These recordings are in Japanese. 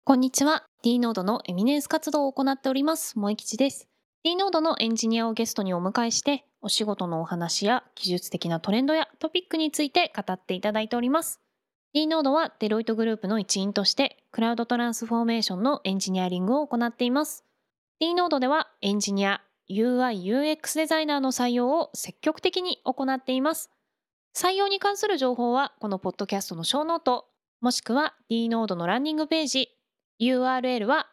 こんにちは。D ノードのエミネンス活動を行っております、萌吉です。D ノードのエンジニアをゲストにお迎えして、お仕事のお話や技術的なトレンドやトピックについて語っていただいております。D ノードはデロイトグループの一員として、クラウドトランスフォーメーションのエンジニアリングを行っています。D ノードではエンジニア、UI、UX デザイナーの採用を積極的に行っています。採用に関する情報はこのポッドキャストのショーノート、もしくは D ノードのランニングページ、URL は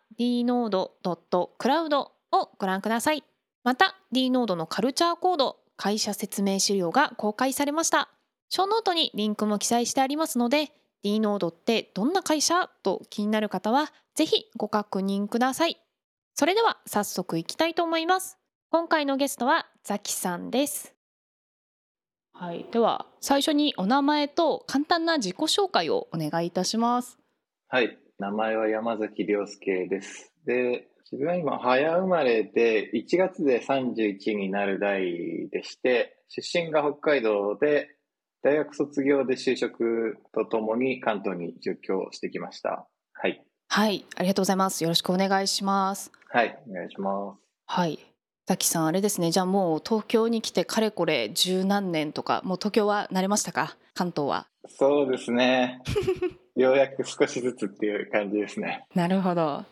dnode.cloud をご覧ください。また D ノードのカルチャーコード、会社説明資料が公開されました。ショーノートにリンクも記載してありますので、 D ノードってどんな会社と気になる方はぜひご確認ください。それでは早速いきたいと思います。今回のゲストはザキさんです。はい、では最初にお名前と簡単な自己紹介をお願いいたします。 はい、名前は山崎亮介です。で、自分は今早生まれで1月で31になる代でして、出身が北海道で、大学卒業で就職とともに関東に上京してきました。はい。 はい、ありがとうございます。よろしくお願いします。 はい、お願いします。 はい、ザキさんあれですね。じゃあもう東京に来てかれこれ十何年とか、もう東京は慣れましたか？関東は。 そうですね。ようやく少しずつっていう感じですね。 なるほど。 はい、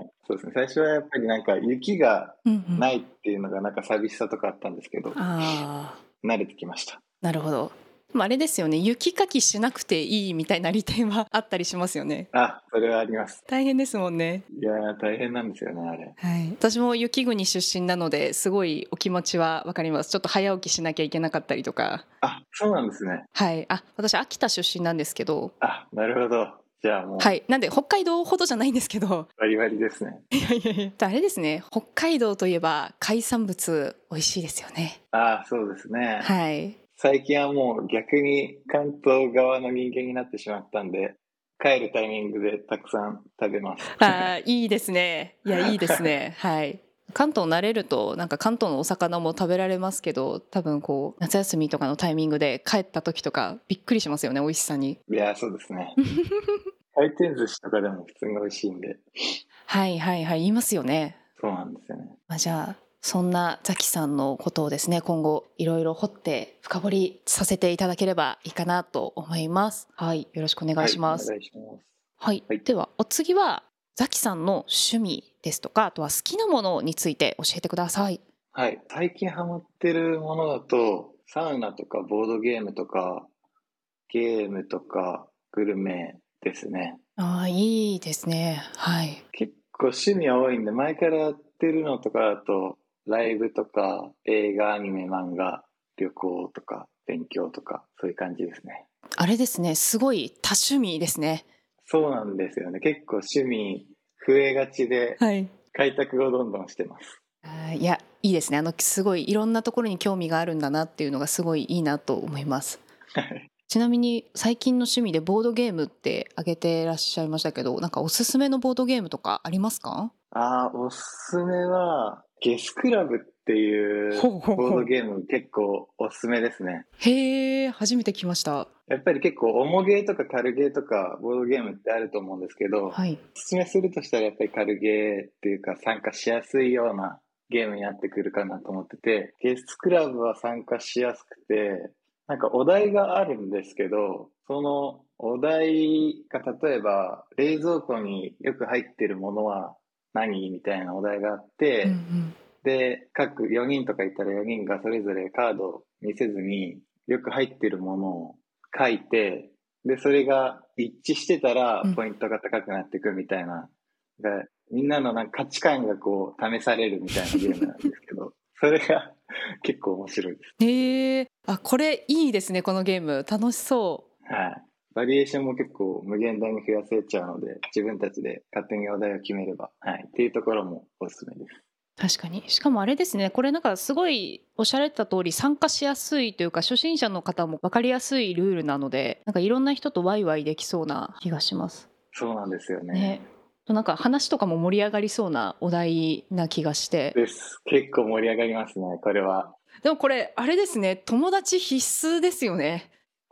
そうですね。最初はやっぱりなんか雪がうんないっていうのがなんか寂しさとかあったんですけど、 あ慣れてきました。 なるほど。でもあれですよね、雪かきしなくていいみたいな利点はあったりしますよね。 あ、それはあります。 大変ですもんね。 いやー、大変なんですよね、あれ。 はい、私も雪国出身なのですごいお気持ちはわかります。ちょっと早起きしなきゃいけなかったりとか。 あ、そうなんですね。 はい、私秋田出身なんですけど、 あ、なるほど。じゃあもう、 はい、なんで北海道ほどじゃないんですけど、 バリバリですね。 いやいやいや、あれですね、北海道といえば海産物美味しいですよね。 あ、そうですね。 はい。 最近はもう逆に関東側の人間になってしまったんで、帰るタイミングでたくさん食べます。 いいですね。いや、いいですね。はい。関東慣れるとなんか関東のお魚も食べられますけど、多分こう夏休みとかのタイミングで帰った時とかびっくりしますよね、美味しさに。 いやー、そうですね。回転寿司とかでも普通に美味しいんで。 はいはいはい、言いますよね。 そうなんですよね。 じゃあそんなザキさんのことをですね、今後いろいろ掘って深掘りさせていただければいいかなと思います。はい、よろしくお願はい、 いします。 お願いします。 はい、 はい。 ではお次はザキさんの趣味ですとか、あとは好きなものについて教えてください。 はい。最近ハマってるものだと、サウナとかボードゲームとか、ゲームとかグルメですね。 いいですね。はい。 結構趣味は多いんで、前からやってるのとかだと、ライブとか、映画、アニメ、漫画、旅行とか、勉強とか、そういう感じですね。 あれですね、すごい多趣味ですね。 そうなんですよね。結構趣味増えがちで、 はい。 開拓をどんどんしてます。 いや、いいですね。すごいいろんなところに興味があるんだなっていうのがすごいいいなと思います。ちなみに最近の趣味でボードゲームって挙げてらっしゃいましたけど、なんかおすすめのボードゲームとかありますか？ おすすめは、ゲスクラブっていうほうほうほう。 ボードゲーム結構おすすめですね。 へえ、初めて来ました。 やっぱり結構重ゲーとか軽ゲーとかボードゲームってあると思うんですけど、 はい。 おすすめするとしたらやっぱり軽ゲーっていうか参加しやすいようなゲームになってくるかなと思ってて、ゲスクラブは参加しやすくて、なんかお題があるんですけど、そのお題が例えば冷蔵庫によく入ってるものは何みたいなお題があっうんうて、 ん。 で、各4人とかいたら4人がそれぞれカードを見せずによく入ってるものを書いて、で、それが一致してたらポイントが高くなっていくみたいな、でみんなのなんか価値観がこう試されるみたいなゲームなんですけど、それが結構面白いです。 へえ、これいいですね、このゲーム。楽しそう。 はい。バリエーションも結構無限大に増やせちゃうので、自分たちで勝手にお題を決めれば、はい。っていうところもおすすめです。 確かに。しかもあれですね、これなんかすごいおっしゃられた通り参加しやすいというか、初心者の方も分かりやすいルールなので、なんかいろんな人とワイワイできそうな気がします。 そうなんですよね。 ね。なんか話とかも盛り上がりそうなお題な気がして。 です。結構盛り上がりますね、これは。 でもこれあれですね、友達必須ですよね。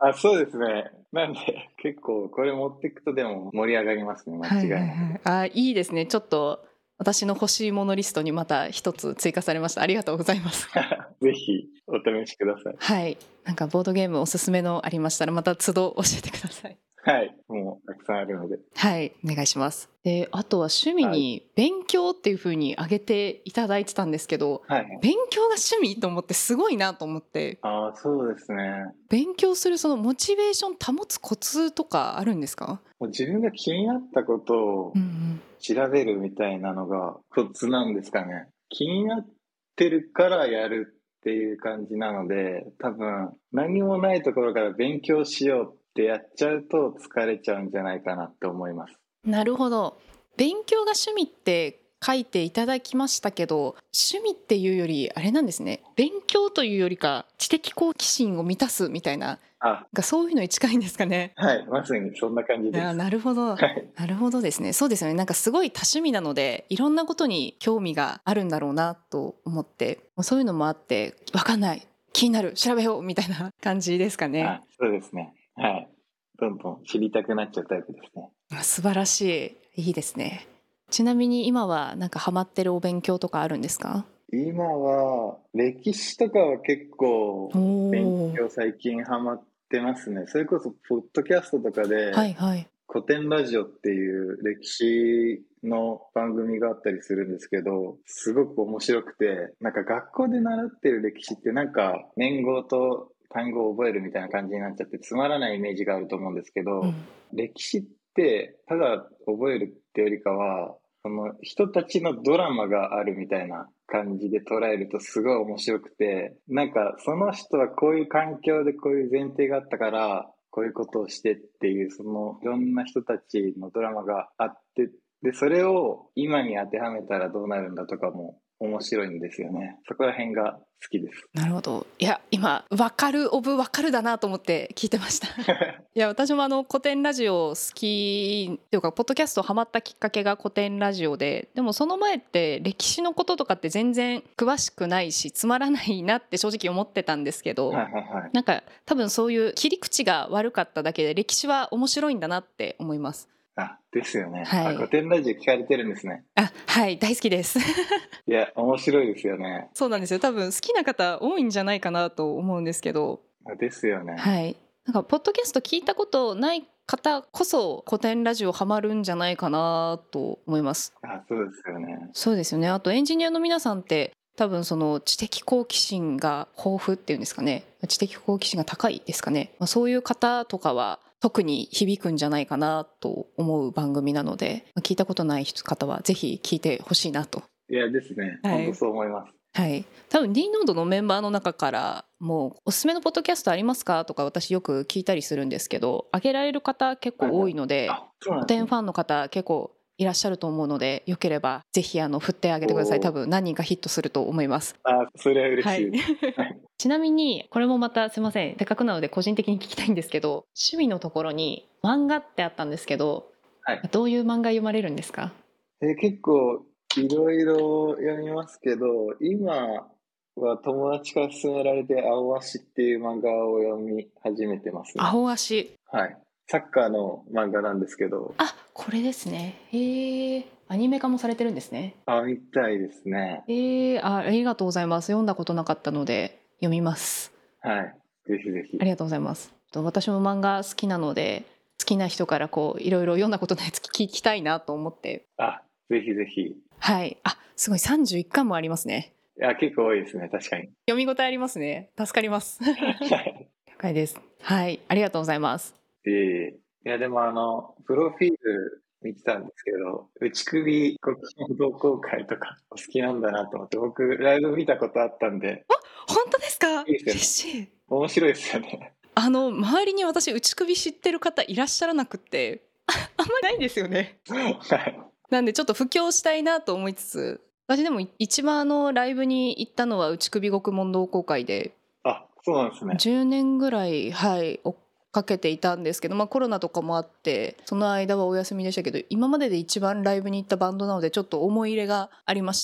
そうですね。なんで、結構これ持っていくとでも盛り上がりますね、間違いなく。 はい、いいですね。ちょっと私の欲しいものリストにまた一つ追加されました。ありがとうございます。 ぜひお試しください。 はい、なんかボードゲームおすすめのありましたらまた都度教えてください。 はい、もうたくさんあるので。 はい、お願いします。で、あとは趣味に勉強っていう風に挙げていただいてたんですけど、 はい。 勉強が趣味と思ってすごいなと思って。 そうですね。 勉強するそのモチベーション保つコツとかあるんですか？ もう自分が気になったことを調べるみたいなのがコツなんですかね。気になってるからやるっていう感じなので、多分何もないところから勉強しようってやっちゃうと疲れちゃうんじゃないかなって思います。 なるほど。勉強が趣味って書いていただきましたけど、趣味っていうよりあれなんですね。勉強というよりか知的好奇心を満たすみたいな、そういうのに近いんですかね。 はい、まさにそんな感じです。 なるほど、なるほどですね。そうですよね。なんかすごい多趣味なので、いろんなことに興味があるんだろうなと思って、そういうのもあって分かんない、気になる、調べようみたいな感じですかね。 そうですね。はい。どんどん知りたくなっちゃうタイプですね。 素晴らしい、いいですね。ちなみに今はなんかハマってるお勉強とかあるんですか？ 今は歴史とかは結構勉強最近ハマってますね。それこそポッドキャストとかで、古典ラジオっていう歴史の番組があったりするんですけど、すごく面白くて、なんか学校で習ってる歴史ってなんか年号と単語を覚えるみたいな感じになっちゃってつまらないイメージがあると思うんですけど、歴史ってただ覚えるってよりかは、その人たちのドラマがあるみたいな感じで捉えるとすごい面白くて、なんかその人はこういう環境でこういう前提があったから、こういうことをしてっていう、そのいろんな人たちのドラマがあって、で、それを今に当てはめたらどうなるんだとかも面白いんですよね。そこら辺が好きです。 なるほど。いや、今分かるオブ分かるだなと思って聞いてましたいや、私も古典ラジオ好きっていうか、ポッドキャストハマったきっかけが古典ラジオで、でもその前って歴史のこととかって全然詳しくないしつまらないなって正直思ってたんですけど、なんか多分そういう切り口が悪かっただけで歴史は面白いんだなって思います。 ですよね。古典ラジオ聞かれてるんですね。 はい、大好きですいや、面白いですよね。 そうなんですよ。多分好きな方多いんじゃないかなと思うんですけど。 ですよね。 はい。なんかポッドキャスト聞いたことない方こそ古典ラジオハマるんじゃないかなと思います。 そうですよね。 そうですよね。あとエンジニアの皆さんって多分その知的好奇心が豊富っていうんですかね。知的好奇心が高いですかね。そういう方とかは特に響くんじゃないかなと思う番組なので、聞いたことない方はぜひ聞いてほしいなと。 いやですね。本当そう思います。 はい、多分 D ノードのメンバーの中からもうおすすめのポッドキャストありますかとか私よく聞いたりするんですけど、挙げられる方結構多いので、古典ファンの方結構いらっしゃると思うので、よければぜひ振ってあげてください。多分何人かヒットすると思います。 それは嬉しいです、 ちなみにこれもまたすいません、せっかくなので個人的に聞きたいんですけど、趣味のところに漫画ってあったんですけど、どういう漫画読まれるんですか？ 結構いろいろ読みますけど、今は友達から勧められて青足っていう漫画を読み始めてますね。 青足。 はい。サッカーの漫画なんですけど。 これですね。へえ、アニメ化もされてるんですね。 みたいですね。 ありがとうございます。読んだことなかったので読みます。 はい。ぜひぜひ。 ありがとうございます。私も漫画好きなので、好きな人からこういろいろ読んだことないやつ聞きたいなと思って。 ぜひぜひ。 はい。すごい31巻もありますね。 結構多いですね。確かに。 読み応えありますね。助かります。了解です。はい。ありがとうございます。 いやでもプロフィール見てたんですけど、内首国際同好会とかお好きなんだなと思って、僕ライブ見たことあったんで。 本当ですか？ 嬉しい。面白いですよね。 周りに私内首知ってる方いらっしゃらなくってあんまりないんですよね。なんでちょっと布教したいなと思いつつ、私でも一番ライブに行ったのは内首獄門同好会で、 そうなんですね。 10年ぐらい追っかけていたんですけど、コロナとかもあってその間はお休みでしたけど、今までで一番ライブに行ったバンドなのでちょっと思い入れがありまして、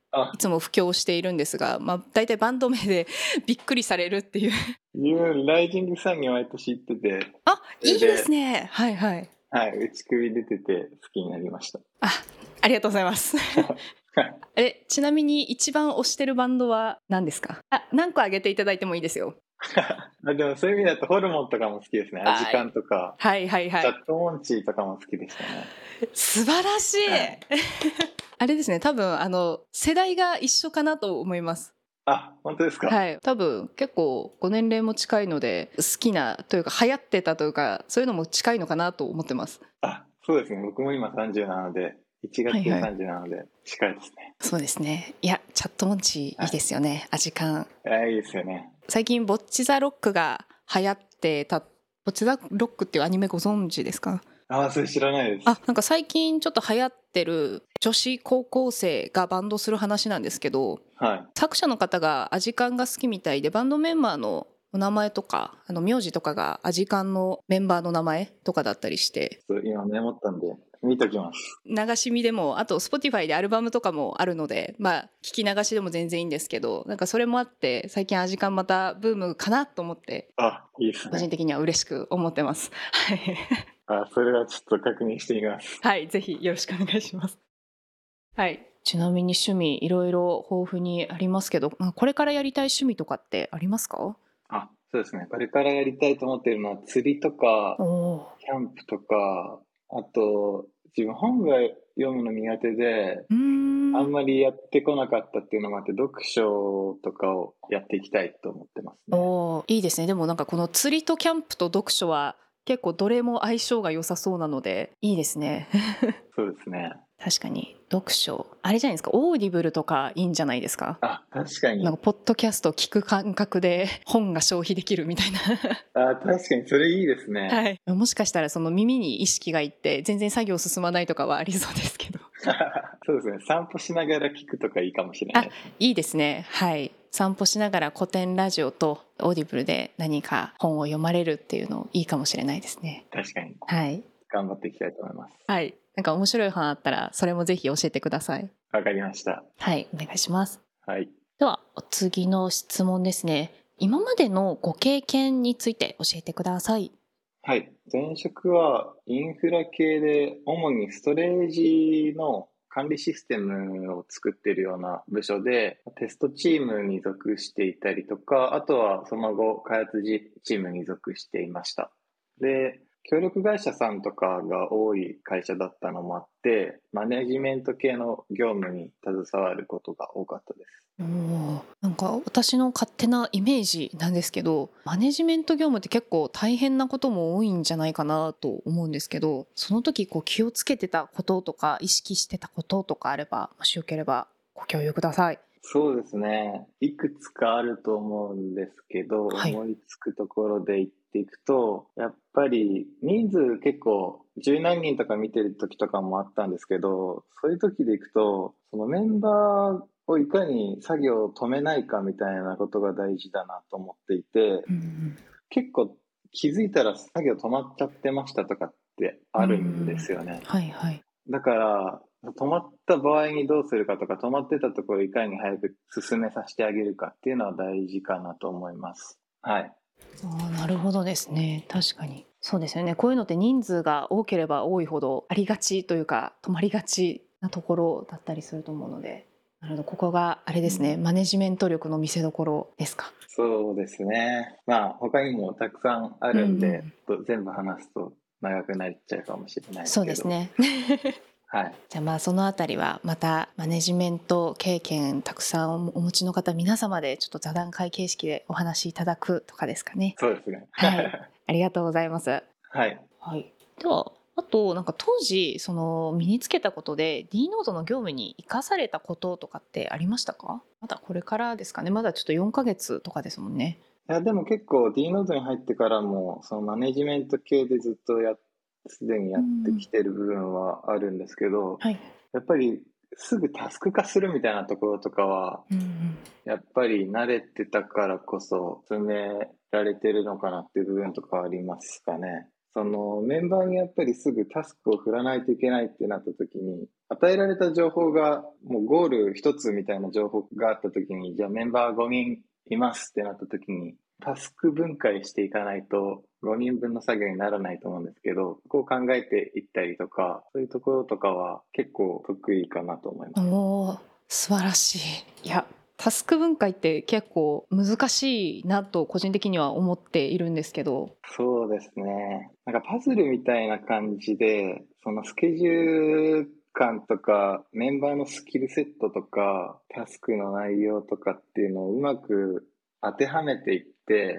あ、 いつも布教しているんですが、大体バンド名でびっくりされるっていう。 自分、ライジングサンに毎年行ってて、 あ、いいそれでですね。はいはい。 はい、内首出てて好きになりました。 ありがとうございます。ちなみに一番推してるバンドは何ですか？何個挙げていただいてもいいですよ。 でもそういう意味だとホルモンとかも好きですね。アジカンとか、 はいはいはい。 チャットモンチーとかも好きでしたね。 素晴らしい。 はい、 あれですね、多分世代が一緒かなと思います。 あ、本当ですか？ はい、多分結構ご年齢も近いので好きなというか流行ってたというかそういうのも近いのかなと思ってます。 あ、そうですね。僕も今30なので、1月で30なので近いですね。 そうですね。いや、チャットモンチーいいですよね。アジカン。 いいですよね。 最近ボッチザロックが流行ってた。ボッチザロックっていうアニメご存知ですか？ それ知らないです。 なんか最近ちょっと流行ってる女子高校生がバンドする話なんですけど、 はい。 作者の方がアジカンが好きみたいで、バンドメンバーのお名前とか名字とかがアジカンのメンバーの名前とかだったりして、 今メモったんで見ときます。 流し見でも、あと Spotify でアルバムとかもあるので、聞き流しでも全然いいんですけど、なんかそれもあって最近アジカンまたブームかなと思って、 いいですね。 個人的には嬉しく思ってます。はい。 それはちょっと確認してみます。 はい、ぜひよろしくお願いします。はい。ちなみに趣味いろいろ豊富にありますけど、これからやりたい趣味とかってありますか？ そうですね。これからやりたいと思っているのは釣りとか、キャンプとか、あと、自分本が読むの苦手で、あんまりやってこなかったっていうのもあって、読書とかをやっていきたいと思ってますね。 いいですね。でもなんかこの釣りとキャンプと読書は結構どれも相性が良さそうなのでいいですね。 そうですね。 確かに読書あれじゃないですか、オーディブルとかいいんじゃないですか？ 確かに。 なんかポッドキャスト聞く感覚で本が消費できるみたいな。 確かにそれいいですね。 はい。もしかしたらその耳に意識がいって全然作業進まないとかはありそうですけど。 そうですね。散歩しながら聞くとかいいかもしれない。 いいですね。はい。散歩しながら古典ラジオとオーディブルで何か本を読まれるっていうのいいかもしれないですね。 確かに。 はい。 頑張っていきたいと思います。 はい。なんか面白い本あったらそれもぜひ教えてください。 わかりました。 はい、お願いします。 はい。 ではお次の質問ですね。今までのご経験について教えてください。 はい。前職はインフラ系で、主にストレージの管理システムを作っているような部署で、テストチームに属していたりとか、あとはその後、開発チームに属していました。で、協力会社さんとかが多い会社だったのもあって、マネジメント系の業務に携わることが多かったです。 なんか私の勝手なイメージなんですけど、マネジメント業務って結構大変なことも多いんじゃないかなと思うんですけど、その時気をつけてたこととか意識してたこととかあれば、もしよければご共有ください。 そうですね。いくつかあると思うんですけど、 はい、 思いつくところで言っていくと、やっぱり人数結構十何人とか見てる時とかもあったんですけど、そういう時でいくと、そのメンバーをいかに作業を止めないかみたいなことが大事だなと思っていて、結構気づいたら作業止まっちゃってましたとかってあるんですよね。 はいはい。 だから止まった場合にどうするかとか、止まってたところをいかに早く進めさせてあげるかっていうのは大事かなと思います。はい。 なるほどですね。確かにそうですよね。こういうのって人数が多ければ多いほどありがちというか止まりがちなところだったりすると思うので、なるほど、ここがあれですね、マネジメント力の見せ所ですか？ そうですね。他にもたくさんあるんで、全部話すと長くなっちゃうかもしれないですけど。 そうですね。 はい。 じゃあそのあたりはまたマネジメント経験たくさんお持ちの方皆様でちょっと座談会形式でお話しいただくとかですかね。 そうですね。 はい。ありがとうございます。 はい。 はい。ではあとなんか当時その身につけたことで D ノードの業務に生かされたこととかってありましたか？まだこれからですかね。まだちょっと4ヶ月とかですもんね。 いや、でも結構 D ノードに入ってからも、そのマネジメント系でずっとすでにやってきてる部分はあるんですけど、 はい。 やっぱりすぐタスク化するみたいなところとかは、やっぱり慣れてたからこそ進められてるのかなっていう部分とかはありますかね。 そのメンバーにやっぱりすぐタスクを振らないといけないってなった時に、与えられた情報がもうゴール一つみたいな情報があった時に、じゃあメンバー5人いますってなった時に、タスク分解していかないと5人分の作業にならないと思うんですけど、こう考えていったりとか、そういうところとかは結構得意かなと思います。 おー、素晴らしい。いや、タスク分解って結構難しいなと個人的には思っているんですけど。 そうですね。なんかパズルみたいな感じで、そのスケジュール感とか、メンバーのスキルセットとか、タスクの内容とかっていうのをうまく当てはめていって、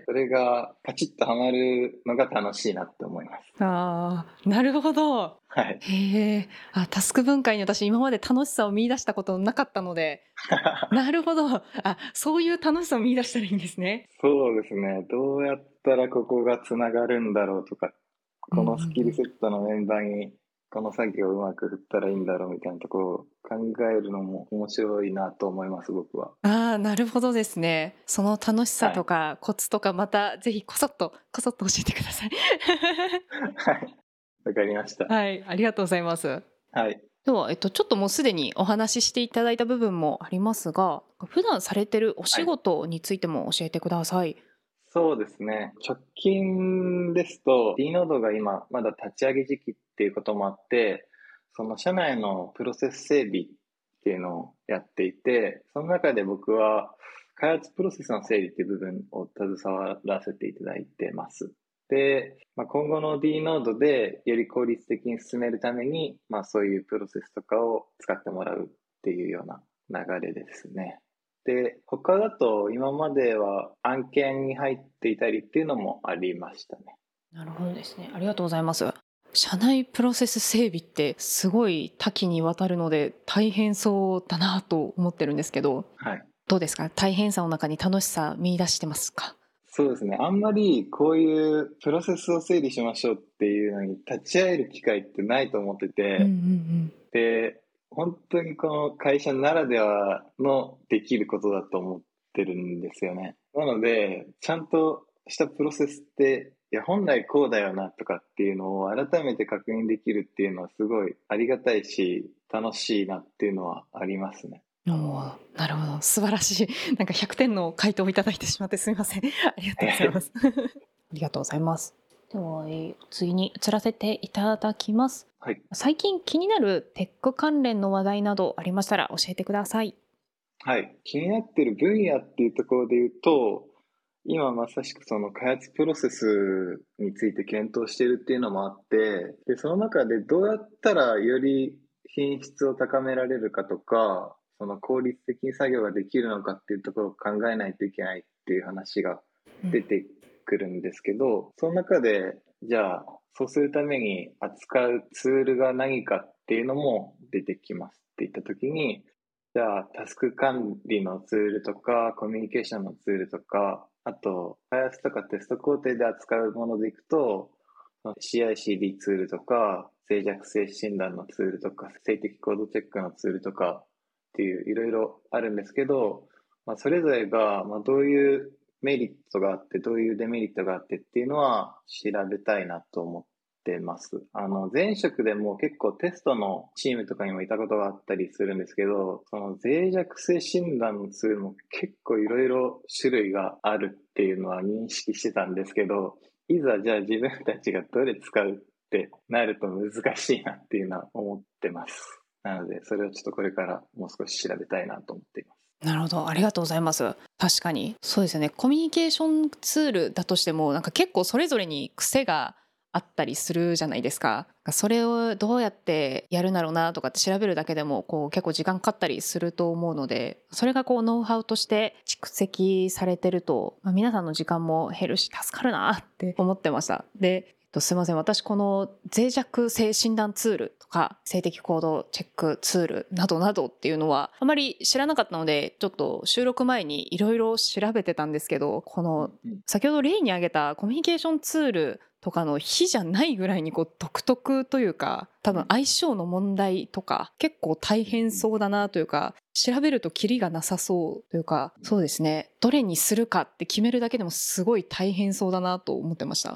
それがパチッとはまるのが楽しいなって思います。 ああ、なるほど。 はい。 へえ、タスク分解に私今まで楽しさを見出したことなかったので、なるほど。そういう楽しさを見出したらいいんですね。 そうですね。どうやったらここがつながるんだろうとか、このスキルセットのメンバーにこの作業をうまく振ったらいいんだろうみたいなところを考えるのも面白いなと思います、僕は。 なるほどですね。その楽しさとかコツとかまたぜひこそっと教えてください。 はい。わかりました。 はい、ありがとうございます。 はい。 では、ちょっともうすでにお話ししていただいた部分もありますが、普段されてるお仕事についても教えてください。 そうですね。直近ですと、D ノードが今まだ立ち上げ時期っていうこともあって、その社内のプロセス整備っていうのをやっていて、その中で僕は開発プロセスの整理っていう部分を携わらせていただいてます。で、今後の D ノードでより効率的に進めるために、そういうプロセスとかを使ってもらうっていうような流れですね。で、他だと今までは案件に入っていたりっていうのもありましたね。 なるほどですね。ありがとうございます。社内プロセス整備ってすごい多岐にわたるので大変そうだなと思ってるんですけど、 はい。 どうですか？大変さの中に楽しさ見出してますか？ そうですね。あんまりこういうプロセスを整理しましょうっていうのに立ち会える機会ってないと思ってて、で、本当にこの会社ならではのできることだと思ってるんですよね。なので、ちゃんとしたプロセスって、いや、本来こうだよなとかっていうのを改めて確認できるっていうのはすごいありがたいし、楽しいなっていうのはありますね。 なるほど、素晴らしい。なんか100点の回答をいただいてしまってすみません。ありがとうございます。ありがとうございます。では、次に移らせていただきます。 はい。 最近気になるテック関連の話題などありましたら教えてください。 はい。気になってる分野っていうところで言うと、今まさしくその開発プロセスについて検討しているっていうのもあって、で、その中でどうやったらより品質を高められるかとか、その効率的に作業ができるのかっていうところを考えないといけないっていう話が出てくるんですけど、その中で、じゃあ、そうするために扱うツールが何かっていうのも出てきますって言ったときに、じゃあ、タスク管理のツールとか、コミュニケーションのツールとか、あと、開発とかテスト工程で扱うものでいくと、CI/CD ツールとか、脆弱性診断のツールとか、静的コードチェックのツールとかっていういろいろあるんですけど、それぞれがどういうメリットがあって、どういうデメリットがあってっていうのは調べたいなと思ってます。前職でも結構テストのチームとかにもいたことがあったりするんですけど、その脆弱性診断のツールも結構いろいろ種類があるっていうのは認識してたんですけど、いざじゃあ自分たちがどれ使うってなると難しいなっていうのは思ってます。なので、それをちょっとこれからもう少し調べたいなと思っています。 なるほど、ありがとうございます。確かにそうですよね。コミュニケーションツールだとしてもなんか結構それぞれに癖があったりするじゃないですか。それをどうやってやるんだろうなとかって調べるだけでも結構時間かかったりすると思うので、それがノウハウとして蓄積されてると、皆さんの時間も減るし助かるなって思ってました。ですいません、私この脆弱性診断ツールとか静的コードチェックツールなどなどっていうのはあまり知らなかったので、ちょっと収録前にいろいろ調べてたんですけど、この先ほど例に挙げたコミュニケーションツールとかの比じゃないぐらいに独特というか、多分相性の問題とか結構大変そうだなというか、調べるとキリがなさそうというか、そうですね、どれにするかって決めるだけでもすごい大変そうだなと思ってました。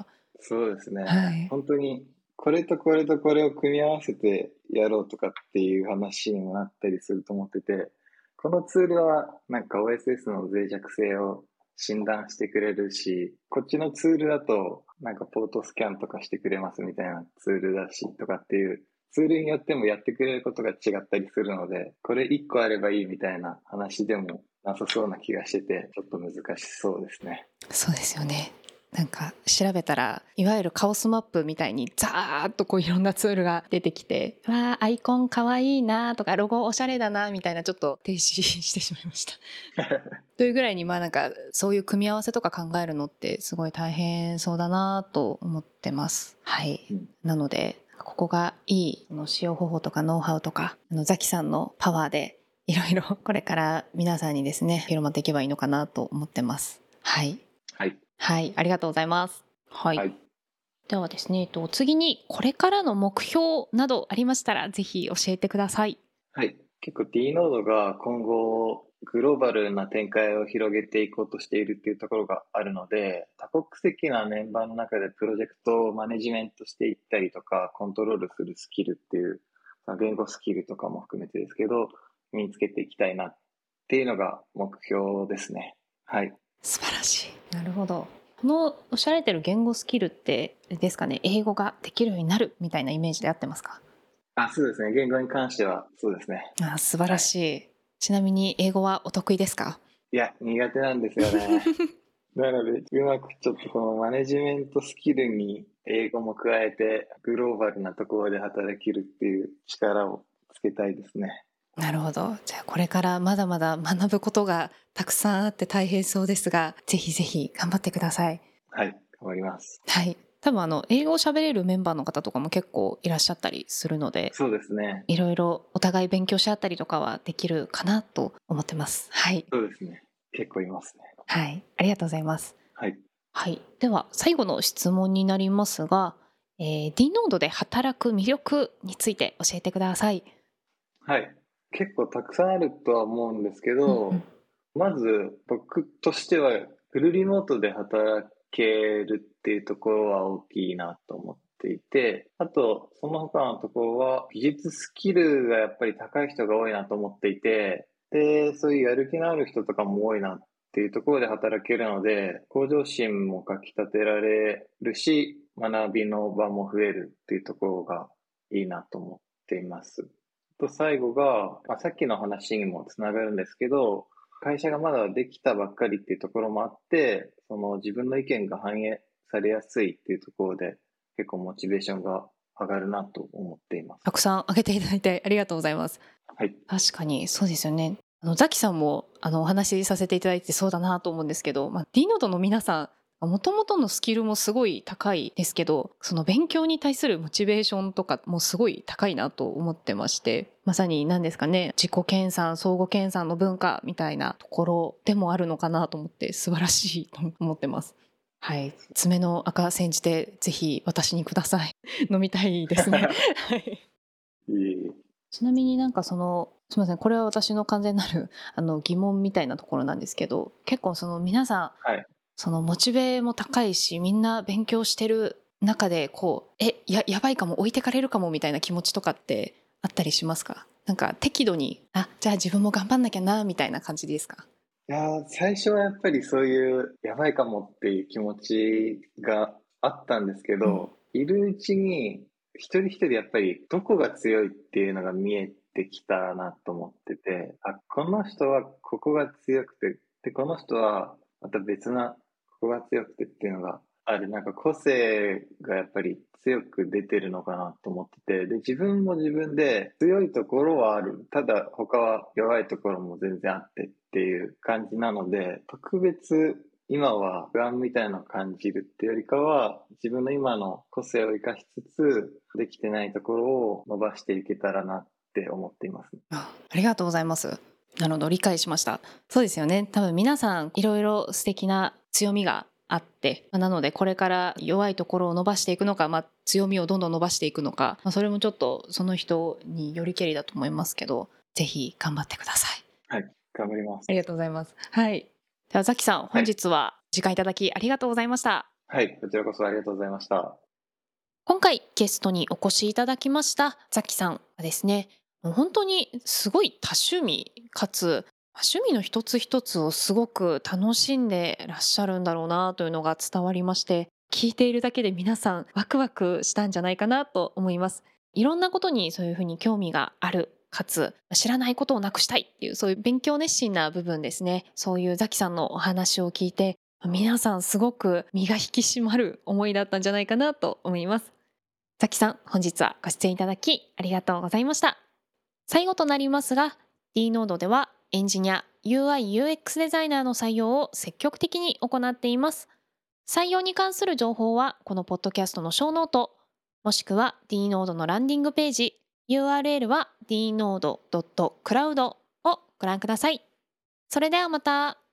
そうですね。 はい。 本当に、これとこれとこれを組み合わせてやろうとかっていう話にもなったりすると思ってて、このツールはなんか OSS の脆弱性を診断してくれるし、こっちのツールだとなんかポートスキャンとかしてくれますみたいなツールだしとかっていう、ツールによってもやってくれることが違ったりするので、これ1個あればいいみたいな話でもなさそうな気がしてて、ちょっと難しそうですね。 そうですよね。なんか調べたらいわゆるカオスマップみたいにザーッとこういろんなツールが出てきて、わーアイコンかわいいなとかロゴおしゃれだなみたいな、ちょっと停止してしまいましたというぐらいに、まあなんかそういう組み合わせとか考えるのってすごい大変そうだなと思ってます。はい、なのでここがいい使用方法とかノウハウとかザキさんのパワーでいろいろこれから皆さんにですね広まっていけばいいのかなと思ってます。はいはいはい、ありがとうございます。はい。 はい。 ではですね、次にこれからの目標などありましたらぜひ教えてください。 はい。結構 D ノードが今後グローバルな展開を広げていこうとしているっていうところがあるので、多国籍なメンバーの中でプロジェクトをマネジメントしていったりとか、コントロールするスキルっていう、言語スキルとかも含めてですけど、身につけていきたいなっていうのが目標ですね。はい。 素晴らしい。なるほど。このおっしゃられてる言語スキルってですかね、英語ができるようになるみたいなイメージで合ってますか？ そうですね。言語に関してはそうですね。 素晴らしい。はい、ちなみに英語はお得意ですか？ いや、苦手なんですよね。なので、うまくちょっとこのマネジメントスキルに英語も加えて、グローバルなところで働けるっていう力をつけたいですね。 なるほど。じゃあこれからまだまだ学ぶことがたくさんあって大変そうですが、ぜひぜひ頑張ってください。 はい、頑張ります。 はい。多分英語を喋れるメンバーの方とかも結構いらっしゃったりするので、 そうですね。 いろいろお互い勉強し合ったりとかはできるかなと思ってます。はい。 そうですね。結構いますね。 はい。ありがとうございます。 はい。 はい。では最後の質問になりますが、D ノードで働く魅力について教えてください。 はい。結構たくさんあるとは思うんですけど、まず僕としてはフルリモートで働けるっていうところは大きいなと思っていて、あとその他のところは技術スキルがやっぱり高い人が多いなと思っていて、で、そういうやる気のある人とかも多いなっていうところで働けるので、向上心もかき立てられるし、学びの場も増えるっていうところがいいなと思っています。と最後が、さっきの話にもつながるんですけど、会社がまだできたばっかりっていうところもあって、その自分の意見が反映されやすいっていうところで、結構モチベーションが上がるなと思っています。 たくさん挙げていただいてありがとうございます。 はい。 確かにそうですよね。ザキさんもお話しさせていただいてそうだなと思うんですけど、D ノードの皆さんもともとのスキルもすごい高いですけど、その勉強に対するモチベーションとかもすごい高いなと思ってまして、まさに何ですかね、自己研鑽相互研鑽の文化みたいなところでもあるのかなと思って素晴らしいと思ってます。はい、爪の赤煎じてぜひ私にください飲みたいですねはい。ちなみにすみません、これは私の完全なる疑問みたいなところなんですけど、結構皆さん、 はい、 そのモチベも高いしみんな勉強してる中でやばいかも置いてかれるかもみたいな気持ちとかってあったりしますか？適度にじゃあ自分も頑張んなきゃなみたいな感じですか？ いや最初はやっぱりそういうやばいかもっていう気持ちがあったんですけど、いるうちに一人一人やっぱりどこが強いっていうのが見えてきたなと思ってて、この人はここが強くて、で、この人はまた別なここが強くてっていうのがある。個性がやっぱり強く出てるのかなと思ってて、で、自分も自分で強いところはある。ただ他は弱いところも全然あってっていう感じなので、特別今は不安みたいなのを感じるっていうよりかは、自分の今の個性を生かしつつ、できてないところを伸ばしていけたらなって思っています。 ありがとうございます。なるほど、理解しました。そうですよね。多分皆さんいろいろ素敵な強みがあって、なのでこれから弱いところを伸ばしていくのか、強みをどんどん伸ばしていくのか、それもちょっとその人によりけりだと思いますけど、ぜひ頑張ってください。 はい、頑張ります。 ありがとうございます。はい。ではザキさん、本日は時間いただきありがとうございました。 はい、こちらこそありがとうございました。 今回ゲストにお越しいただきましたザキさんはですね、もう本当にすごい多趣味かつ趣味の一つ一つをすごく楽しんでらっしゃるんだろうなというのが伝わりまして、聞いているだけで皆さんワクワクしたんじゃないかなと思います。いろんなことにそういうふうに興味があるかつ知らないことをなくしたいっていうそういう勉強熱心な部分ですね。そういうザキさんのお話を聞いて皆さんすごく身が引き締まる思いだったんじゃないかなと思います。ザキさん、本日はご出演いただきありがとうございました。最後となりますが、D ノードではエンジニア、UI/UX デザイナーの採用を積極的に行っています。採用に関する情報はこのポッドキャストのショーノート、もしくは D ノードのランディングページ、URL は dnode.cloud をご覧ください。それではまた。